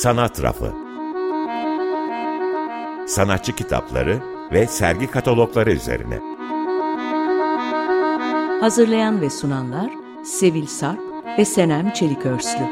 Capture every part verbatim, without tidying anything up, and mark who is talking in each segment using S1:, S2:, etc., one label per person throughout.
S1: Sanat Rafı. Sanatçı kitapları ve sergi katalogları üzerine.
S2: Hazırlayan ve sunanlar Sevil Sarp ve Senem Çelikörslü.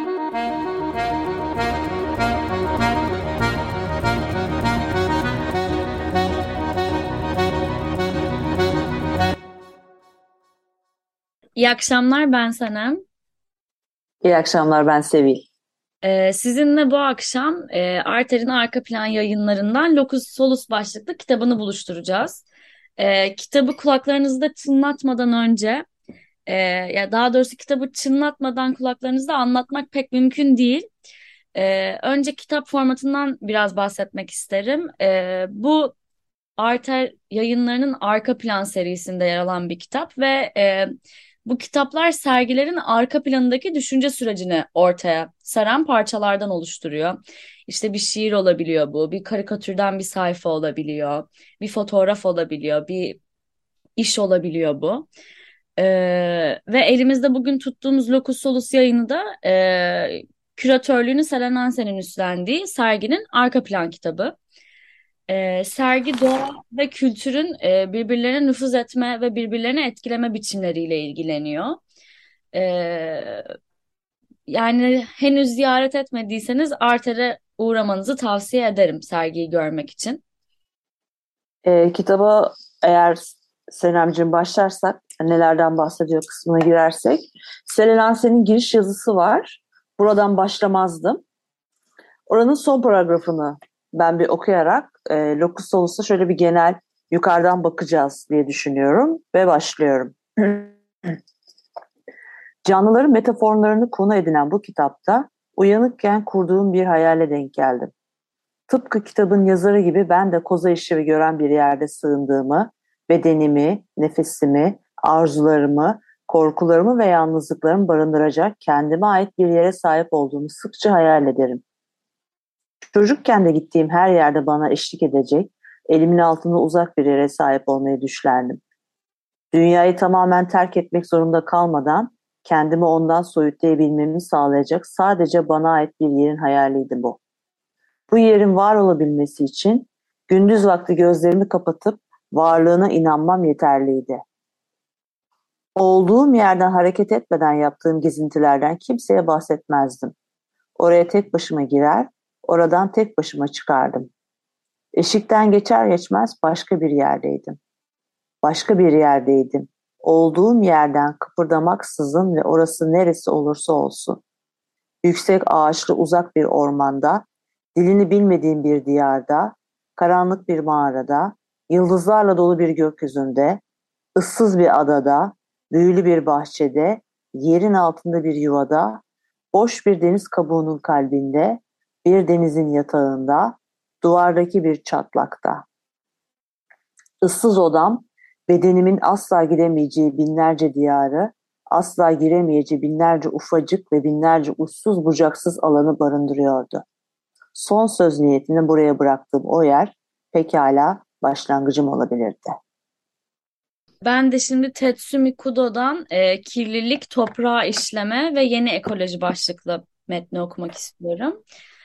S3: İyi akşamlar, ben Senem.
S4: İyi akşamlar, ben Sevil.
S3: Ee, sizinle bu akşam e, Arter'in arka plan yayınlarından Locus Solus başlıklı kitabını buluşturacağız. Ee, kitabı kulaklarınızda çınlatmadan önce, e, ya daha doğrusu kitabı çınlatmadan kulaklarınızda anlatmak pek mümkün değil. Ee, önce kitap formatından biraz bahsetmek isterim. Ee, bu Arter yayınlarının arka plan serisinde yer alan bir kitap ve e, bu kitaplar sergilerin arka planındaki düşünce sürecini ortaya saran parçalardan oluşturuyor. İşte bir şiir olabiliyor bu, bir karikatürden bir sayfa olabiliyor, bir fotoğraf olabiliyor, bir iş olabiliyor bu. E, Ve elimizde bugün tuttuğumuz Locus Solus yayını da e, küratörlüğünü Selen Ansen'in üstlendiği serginin arka plan kitabı. Ee, sergi doğa ve kültürün e, birbirlerine nüfuz etme ve birbirlerini etkileme biçimleriyle ilgileniyor. Ee, Yani henüz ziyaret etmediyseniz Arter'e uğramanızı tavsiye ederim sergiyi görmek için.
S4: E, kitaba eğer Senemciğim başlarsak, nelerden bahsediyor kısmına girersek, Selen Ansen'in giriş yazısı var. Buradan başlamazdım. Oranın son paragrafını ben bir okuyarak e, Locus Solus'a şöyle bir genel yukarıdan bakacağız diye düşünüyorum ve başlıyorum. Canlıların metaforlarını konu edinen bu kitapta uyanıkken kurduğum bir hayale denk geldim. Tıpkı kitabın yazarı gibi ben de koza ışığı gören bir yerde sığındığımı, bedenimi, nefesimi, arzularımı, korkularımı ve yalnızlıklarımı barındıracak kendime ait bir yere sahip olduğumu sıkça hayal ederim. Çocukken de gittiğim her yerde bana eşlik edecek, elimin altında uzak bir yere sahip olmayı düşlerdim. Dünyayı tamamen terk etmek zorunda kalmadan kendimi ondan soyutlayabilmemi sağlayacak sadece bana ait bir yerin hayaliydi bu. Bu yerin var olabilmesi için gündüz vakti gözlerimi kapatıp varlığına inanmam yeterliydi. Olduğum yerden hareket etmeden yaptığım gezintilerden kimseye bahsetmezdim. Oraya tek başıma girer, oradan tek başıma çıkardım. Eşikten geçer geçmez başka bir yerdeydim. Başka bir yerdeydim. Olduğum yerden kıpırdamaksızın ve orası neresi olursa olsun. Yüksek ağaçlı uzak bir ormanda, dilini bilmediğim bir diyarda, karanlık bir mağarada, yıldızlarla dolu bir gökyüzünde, ıssız bir adada, büyülü bir bahçede, yerin altında bir yuvada, boş bir deniz kabuğunun kalbinde, bir denizin yatağında, duvardaki bir çatlakta. Issız odam, bedenimin asla gidemeyeceği binlerce diyarı, asla giremeyeceği binlerce ufacık ve binlerce uçsuz bucaksız alanı barındırıyordu. Son söz niyetini buraya bıraktığım o yer pekala başlangıcım olabilirdi.
S3: Ben de şimdi Tetsumi Kudo'dan e, Kirlilik, Toprağı İşleme ve Yeni Ekoloji başlıklı metni okumak istiyorum.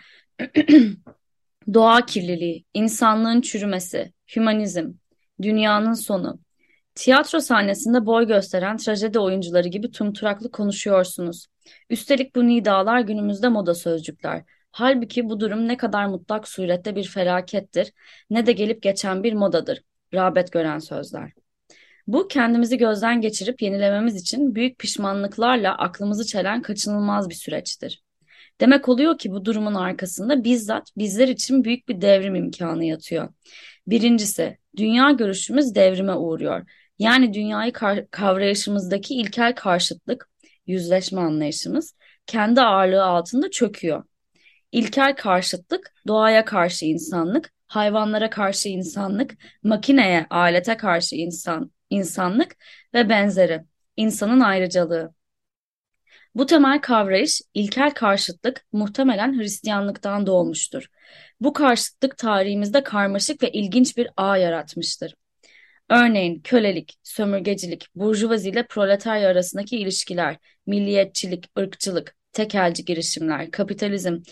S3: Doğa kirliliği, insanlığın çürümesi, hümanizm, dünyanın sonu. Tiyatro sahnesinde boy gösteren trajedi oyuncuları gibi tumturaklı konuşuyorsunuz. Üstelik bu nidalar günümüzde moda sözcükler. Halbuki bu durum ne kadar mutlak surette bir felakettir, ne de gelip geçen bir modadır. Rağbet gören sözler. Bu kendimizi gözden geçirip yenilememiz için büyük pişmanlıklarla aklımızı çelen kaçınılmaz bir süreçtir. Demek oluyor ki bu durumun arkasında bizzat bizler için büyük bir devrim imkanı yatıyor. Birincisi, dünya görüşümüz devrime uğruyor. Yani dünyayı kavrayışımızdaki ilkel karşıtlık, yüzleşme anlayışımız kendi ağırlığı altında çöküyor. İlkel karşıtlık, doğaya karşı insanlık, hayvanlara karşı insanlık, makineye, alete karşı insan, insanlık ve benzeri, insanın ayrıcalığı. Bu temel kavrayış, ilkel karşıtlık muhtemelen Hristiyanlıktan doğmuştur. Bu karşıtlık tarihimizde karmaşık ve ilginç bir ağ yaratmıştır. Örneğin kölelik, sömürgecilik, burjuvazi ile proletarya arasındaki ilişkiler, milliyetçilik, ırkçılık, tekelci girişimler, kapitalizm,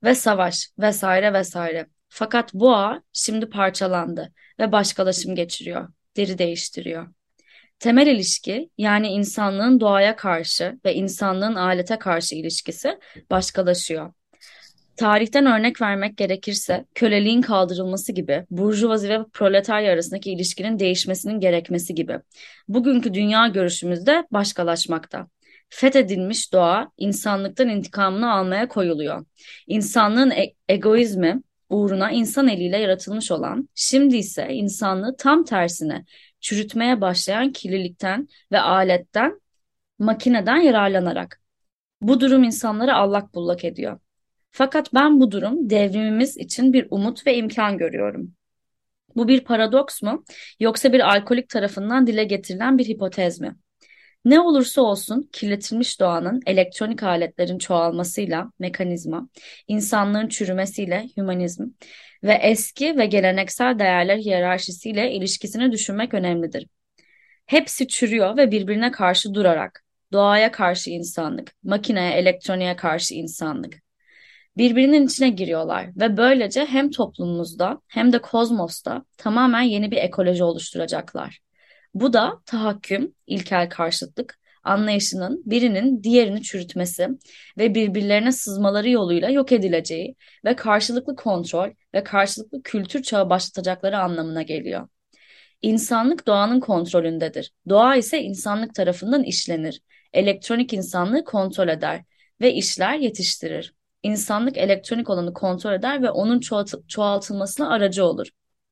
S3: ve savaş vesaire vesaire. Fakat bu ağ şimdi parçalandı ve başkalaşım geçiriyor, deri değiştiriyor. Temel ilişki, yani insanlığın doğaya karşı ve insanlığın alete karşı ilişkisi başkalaşıyor. Tarihten örnek vermek gerekirse köleliğin kaldırılması gibi, burjuvazi ve proletarya arasındaki ilişkinin değişmesinin gerekmesi gibi. Bugünkü dünya görüşümüz de başkalaşmakta. Fethedilmiş doğa insanlıktan intikamını almaya koyuluyor. İnsanlığın e- egoizmi uğruna insan eliyle yaratılmış olan, şimdi ise insanlığı tam tersine çürütmeye başlayan kirlilikten ve aletten, makineden yararlanarak. Bu durum insanları allak bullak ediyor. Fakat ben bu durum devrimimiz için bir umut ve imkan görüyorum. Bu bir paradoks mu, yoksa bir alkolik tarafından dile getirilen bir hipotez mi? Ne olursa olsun kirletilmiş doğanın elektronik aletlerin çoğalmasıyla mekanizma, insanlığın çürümesiyle hümanizm ve eski ve geleneksel değerler hiyerarşisiyle ilişkisini düşünmek önemlidir. Hepsi çürüyor ve birbirine karşı durarak, doğaya karşı insanlık, makineye, elektroniğe karşı insanlık, birbirinin içine giriyorlar ve böylece hem toplumumuzda hem de kozmosta tamamen yeni bir ekoloji oluşturacaklar. Bu da tahakküm, ilkel karşıtlık anlayışının birinin diğerini çürütmesi ve birbirlerine sızmaları yoluyla yok edileceği ve karşılıklı kontrol ve karşılıklı kültür çağı başlatacakları anlamına geliyor. İnsanlık doğanın kontrolündedir. Doğa ise insanlık tarafından işlenir. Elektronik insanlığı kontrol eder ve işler, yetiştirir. İnsanlık elektronik olanı kontrol eder ve onun çoğalt- çoğaltılmasına aracı olur.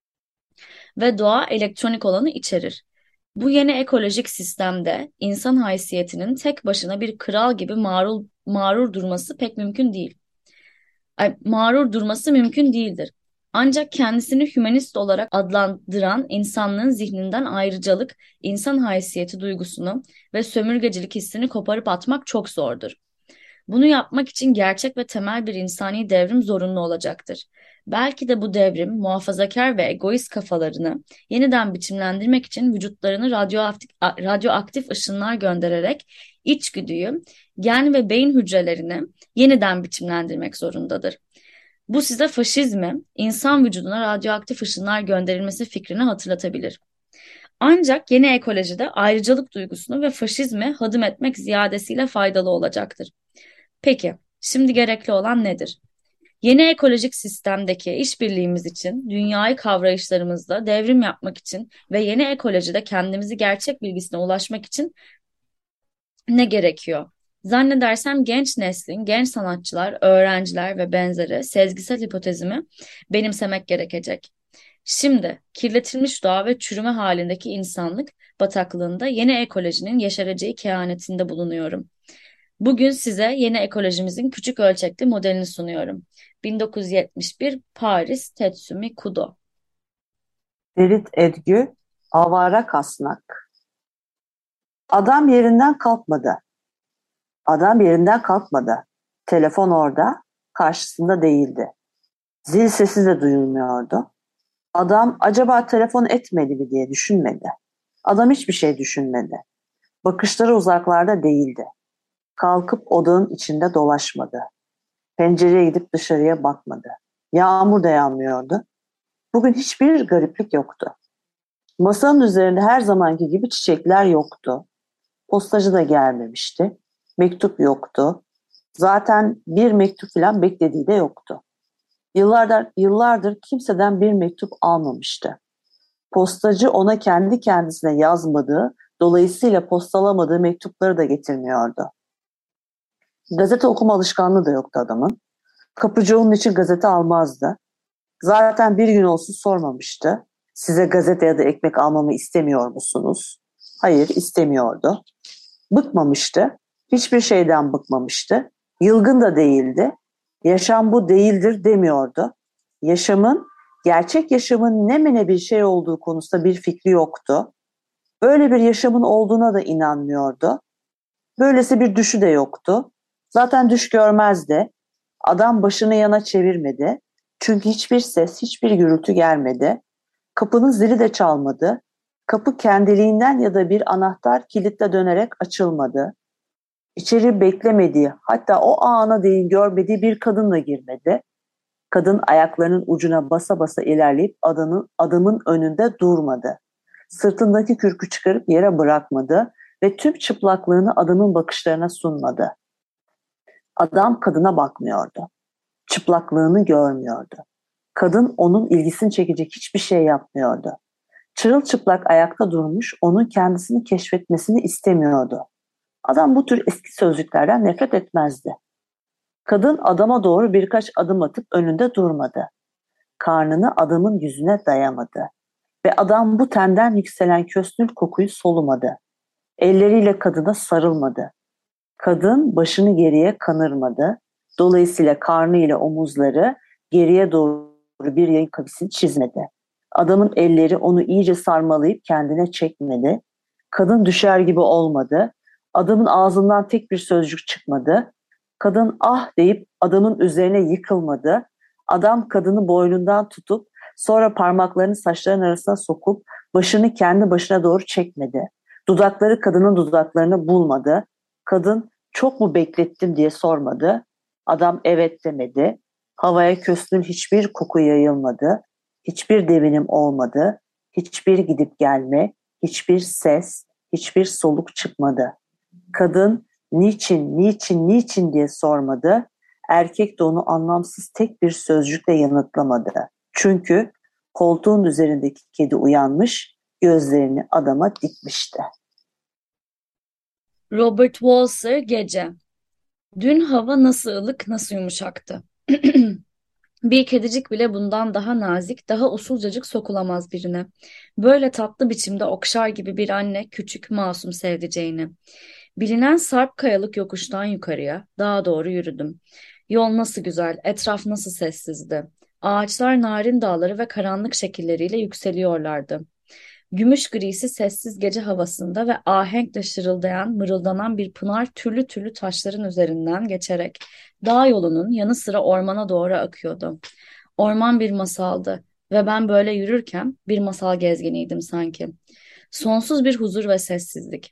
S3: Ve doğa elektronik olanı içerir. Bu yeni ekolojik sistemde insan haysiyetinin tek başına bir kral gibi mağrur, mağrur durması pek mümkün değil. Ay, mağrur durması mümkün değildir. Ancak kendisini hümanist olarak adlandıran insanlığın zihninden ayrıcalık, insan haysiyeti duygusunu ve sömürgecilik hissini koparıp atmak çok zordur. Bunu yapmak için gerçek ve temel bir insani devrim zorunlu olacaktır. Belki de bu devrim muhafazakar ve egoist kafalarını yeniden biçimlendirmek için vücutlarını radyoaktif, radyoaktif ışınlar göndererek içgüdüyü, gen ve beyin hücrelerini yeniden biçimlendirmek zorundadır. Bu size faşizmi, insan vücuduna radyoaktif ışınlar gönderilmesi fikrini hatırlatabilir. Ancak yeni ekolojide ayrıcalık duygusunu ve faşizmi hadım etmek ziyadesiyle faydalı olacaktır. Peki, şimdi gerekli olan nedir? Yeni ekolojik sistemdeki işbirliğimiz için, dünyayı kavrayışlarımızda devrim yapmak için ve yeni ekolojide kendimizi gerçek bilgisine ulaşmak için ne gerekiyor? Zannedersem genç neslin, genç sanatçılar, öğrenciler ve benzeri sezgisel hipotezimi benimsemek gerekecek. Şimdi kirletilmiş doğa ve çürüme halindeki insanlık bataklığında yeni ekolojinin yeşereceği kehanetinde bulunuyorum. Bugün size yeni ekolojimizin küçük ölçekli modelini sunuyorum. bin dokuz yüz yetmiş bir Paris Tetsumi Kudo.
S4: Ferit Edgü, Avara Kasnak. Adam yerinden kalkmadı. Adam yerinden kalkmadı. Telefon orada, karşısında değildi. Zil sesi de duyulmuyordu. Adam acaba telefon etmedi mi diye düşünmedi. Adam hiçbir şey düşünmedi. Bakışları uzaklarda değildi. Kalkıp odanın içinde dolaşmadı. Pencereye gidip dışarıya bakmadı. Yağmur da yağmıyordu. Bugün hiçbir gariplik yoktu. Masanın üzerinde her zamanki gibi çiçekler yoktu. Postacı da gelmemişti. Mektup yoktu. Zaten bir mektup falan beklediği de yoktu. Yıllardır, yıllardır kimseden bir mektup almamıştı. Postacı ona kendi kendisine yazmadığı, dolayısıyla postalamadığı mektupları da getirmiyordu. Gazete okuma alışkanlığı da yoktu adamın. Kapıcı onun için gazete almazdı. Zaten bir gün olsun sormamıştı. Size gazete ya da ekmek almamı istemiyor musunuz? Hayır, istemiyordu. Bıkmamıştı. Hiçbir şeyden bıkmamıştı. Yılgın da değildi. Yaşam bu değildir demiyordu. Yaşamın, gerçek yaşamın ne mene bir şey olduğu konusunda bir fikri yoktu. Böyle bir yaşamın olduğuna da inanmıyordu. Böylesi bir düşü de yoktu. Zaten düş görmezdi. Adam başını yana çevirmedi. Çünkü hiçbir ses, hiçbir gürültü gelmedi. Kapının zili de çalmadı. Kapı kendiliğinden ya da bir anahtar kilitle dönerek açılmadı. İçeri beklemediği, hatta o ana değin görmediği bir kadınla girmedi. Kadın ayaklarının ucuna basa basa ilerleyip adamın, adamın önünde durmadı. Sırtındaki kürkü çıkarıp yere bırakmadı ve tüm çıplaklığını adamın bakışlarına sunmadı. Adam kadına bakmıyordu. Çıplaklığını görmüyordu. Kadın onun ilgisini çekecek hiçbir şey yapmıyordu. Çırılçıplak ayakta durmuş, onun kendisini keşfetmesini istemiyordu. Adam bu tür eski sözcüklerden nefret etmezdi. Kadın adama doğru birkaç adım atıp önünde durmadı. Karnını adamın yüzüne dayamadı. Ve adam bu tenden yükselen kösnül kokuyu solumadı. Elleriyle kadına sarılmadı. Kadın başını geriye kanırmadı. Dolayısıyla karnıyla omuzları geriye doğru bir yayın kavisini çizmedi. Adamın elleri onu iyice sarmalayıp kendine çekmedi. Kadın düşer gibi olmadı. Adamın ağzından tek bir sözcük çıkmadı. Kadın ah deyip adamın üzerine yıkılmadı. Adam kadını boynundan tutup sonra parmaklarını saçların arasına sokup başını kendi başına doğru çekmedi. Dudakları kadının dudaklarını bulmadı. Kadın çok mu beklettim diye sormadı. Adam evet demedi. Havaya kösnül hiçbir koku yayılmadı. Hiçbir devinim olmadı. Hiçbir gidip gelme, hiçbir ses, hiçbir soluk çıkmadı. Kadın niçin, niçin, niçin diye sormadı. Erkek de onu anlamsız tek bir sözcükle yanıtlamadı. Çünkü koltuğun üzerindeki kedi uyanmış, gözlerini adama dikmişti.
S3: Robert Walser Gece. Dün hava nasıl ılık, nasıl yumuşaktı. Bir kedicik bile bundan daha nazik, daha usulcacık sokulamaz birine. Böyle tatlı biçimde okşar gibi bir anne küçük, masum sevdiceğini. Bilinen sarp kayalık yokuştan yukarıya, daha doğru yürüdüm. Yol nasıl güzel, etraf nasıl sessizdi. Ağaçlar narin dağları ve karanlık şekilleriyle yükseliyorlardı. Gümüş grisi sessiz gece havasında ve ahenkle şırıldayan, mırıldanan bir pınar türlü türlü taşların üzerinden geçerek dağ yolunun yanı sıra ormana doğru akıyordu. Orman bir masaldı ve ben böyle yürürken bir masal gezginiydim sanki. Sonsuz bir huzur ve sessizlik.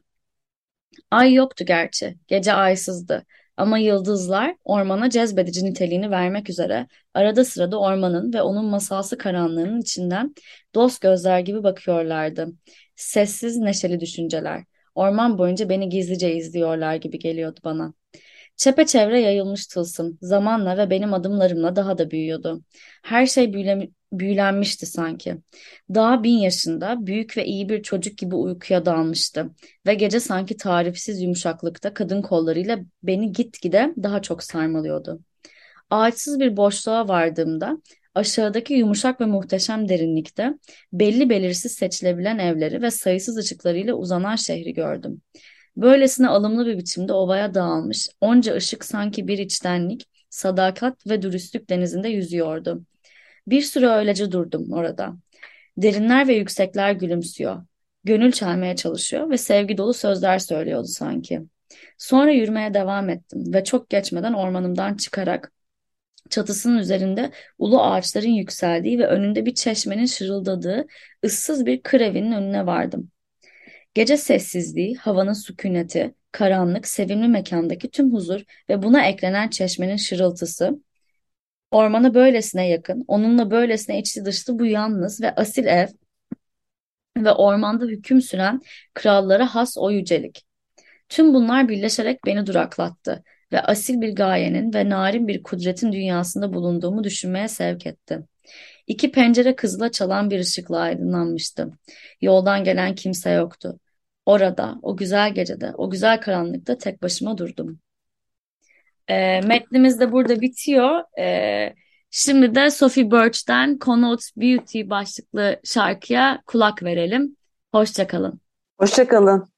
S3: Ay yoktu gerçi, gece aysızdı. Ama yıldızlar ormana cezbedici niteliğini vermek üzere arada sırada ormanın ve onun masalsı karanlığının içinden dost gözler gibi bakıyorlardı. Sessiz, neşeli düşünceler. Orman boyunca beni gizlice izliyorlar gibi geliyordu bana. Çepeçevre yayılmış tılsım, zamanla ve benim adımlarımla daha da büyüyordu. Her şey büyüle- büyülenmişti sanki. Daha bin yaşında, büyük ve iyi bir çocuk gibi uykuya dalmıştı. Ve gece sanki tarifsiz yumuşaklıkta kadın kollarıyla beni gitgide daha çok sarmalıyordu. Ağaçsız bir boşluğa vardığımda, aşağıdaki yumuşak ve muhteşem derinlikte, belli belirsiz seçilebilen evleri ve sayısız ışıklarıyla uzanan şehri gördüm. Böylesine alımlı bir biçimde ovaya dağılmış, onca ışık sanki bir içtenlik, sadakat ve dürüstlük denizinde yüzüyordu. Bir süre öylece durdum orada. Derinler ve yüksekler gülümsüyor, gönül çelmeye çalışıyor ve sevgi dolu sözler söylüyordu sanki. Sonra yürümeye devam ettim ve çok geçmeden ormanımdan çıkarak çatısının üzerinde ulu ağaçların yükseldiği ve önünde bir çeşmenin şırıldadığı ıssız bir kır evinin önüne vardım. Gece sessizliği, havanın sükuneti, karanlık, sevimli mekandaki tüm huzur ve buna eklenen çeşmenin şırıltısı, ormana böylesine yakın, onunla böylesine içli dışlı bu yalnız ve asil ev ve ormanda hüküm süren krallara has o yücelik. Tüm bunlar birleşerek beni duraklattı ve asil bir gayenin ve narin bir kudretin dünyasında bulunduğumu düşünmeye sevk etti. İki pencere kızıla çalan bir ışıkla aydınlanmıştı. Yoldan gelen kimse yoktu. Orada, o güzel gecede, o güzel karanlıkta tek başıma durdum. E, metnimiz de burada bitiyor. E, şimdi de Sophie Birch'ten Connotes Beauty başlıklı şarkıya kulak verelim. Hoşça kalın.
S4: Hoşça kalın.